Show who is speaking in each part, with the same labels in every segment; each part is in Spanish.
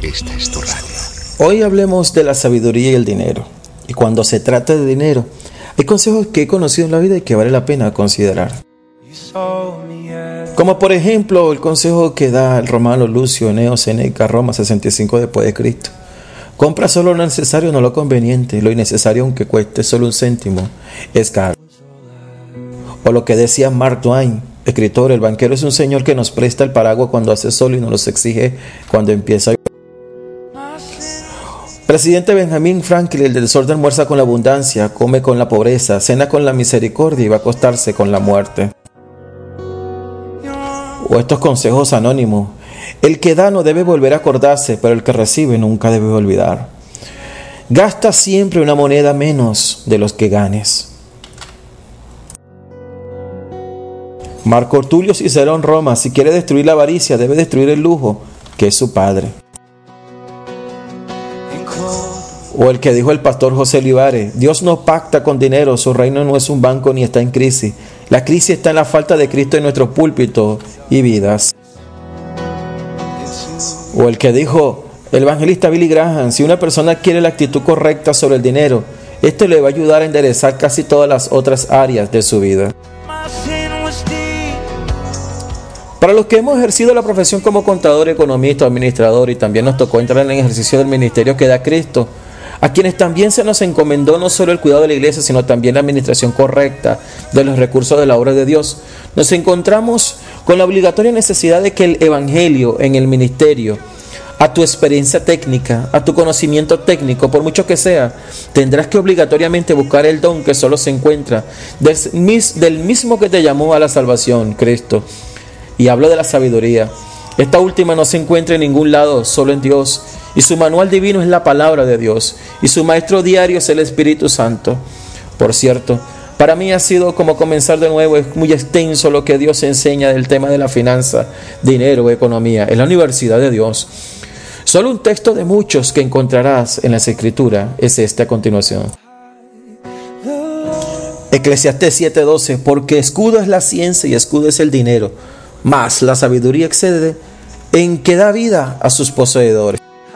Speaker 1: Esta es tu radio.
Speaker 2: Hoy hablemos de la sabiduría y el dinero. Y cuando se trata de dinero, hay consejos que he conocido en la vida y que vale la pena considerar. Como por ejemplo el consejo que da el romano Lucio Eneo Seneca, Roma 65 después de Cristo. Compra solo lo necesario, no lo conveniente. Lo innecesario, aunque cueste solo un céntimo, es caro. O lo que decía Mark Twain, escritor: el banquero es un señor que nos presta el paraguas cuando hace sol y nos los exige cuando empieza a llover. Presidente Benjamin Franklin: el desorden almuerza con la abundancia, come con la pobreza, cena con la misericordia y va a acostarse con la muerte. O estos consejos anónimos: el que da no debe volver a acordarse, pero el que recibe nunca debe olvidar. Gasta siempre una moneda menos de los que ganes. Marco Tulio Cicerón, Roma: si quiere destruir la avaricia, debe destruir el lujo, que es su padre. O el que dijo el pastor José Olivares: Dios no pacta con dinero, su reino no es un banco ni está en crisis. La crisis está en la falta de Cristo en nuestros púlpitos y vidas. O el que dijo el evangelista Billy Graham: si una persona quiere la actitud correcta sobre el dinero, esto le va a ayudar a enderezar casi todas las otras áreas de su vida. Para los que hemos ejercido la profesión como contador, economista, administrador, y también nos tocó entrar en el ejercicio del ministerio que da Cristo, a quienes también se nos encomendó no solo el cuidado de la iglesia, sino también la administración correcta de los recursos de la obra de Dios, nos encontramos con la obligatoria necesidad de que el evangelio en el ministerio, a tu experiencia técnica, a tu conocimiento técnico, por mucho que sea, tendrás que obligatoriamente buscar el don que solo se encuentra del mismo que te llamó a la salvación, Cristo. Y hablo de la sabiduría. Esta última no se encuentra en ningún lado, solo en Dios. Y su manual divino es la palabra de Dios. Y su maestro diario es el Espíritu Santo. Por cierto, para mí ha sido como comenzar de nuevo. Es muy extenso lo que Dios enseña del tema de la finanza, dinero, economía. En la universidad de Dios. Solo un texto de muchos que encontrarás en las Escrituras es este a continuación. Eclesiastés 7:12. Porque escudo es la ciencia y escudo es el dinero. Mas la sabiduría excede en que da vida a sus poseedores.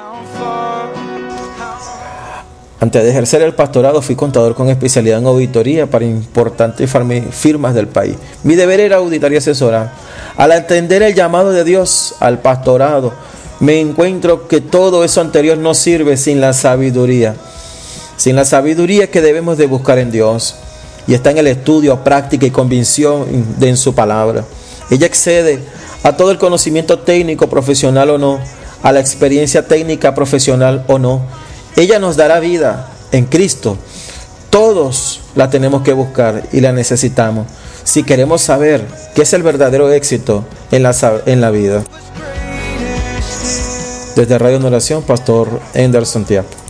Speaker 2: Antes de ejercer el pastorado fui contador con especialidad en auditoría para importantes firmas del país. Mi deber era auditar y asesorar. Al atender el llamado de Dios al pastorado, me encuentro que todo eso anterior no sirve sin la sabiduría. Sin la sabiduría que debemos de buscar en Dios. Y está en el estudio, práctica y convicción en su palabra. Ella excede a todo el conocimiento técnico, profesional o no, a la experiencia técnica, profesional o no. Ella nos dará vida en Cristo. Todos la tenemos que buscar y la necesitamos si queremos saber qué es el verdadero éxito en la vida. Desde Radio Oración, Pastor Ender Santiago.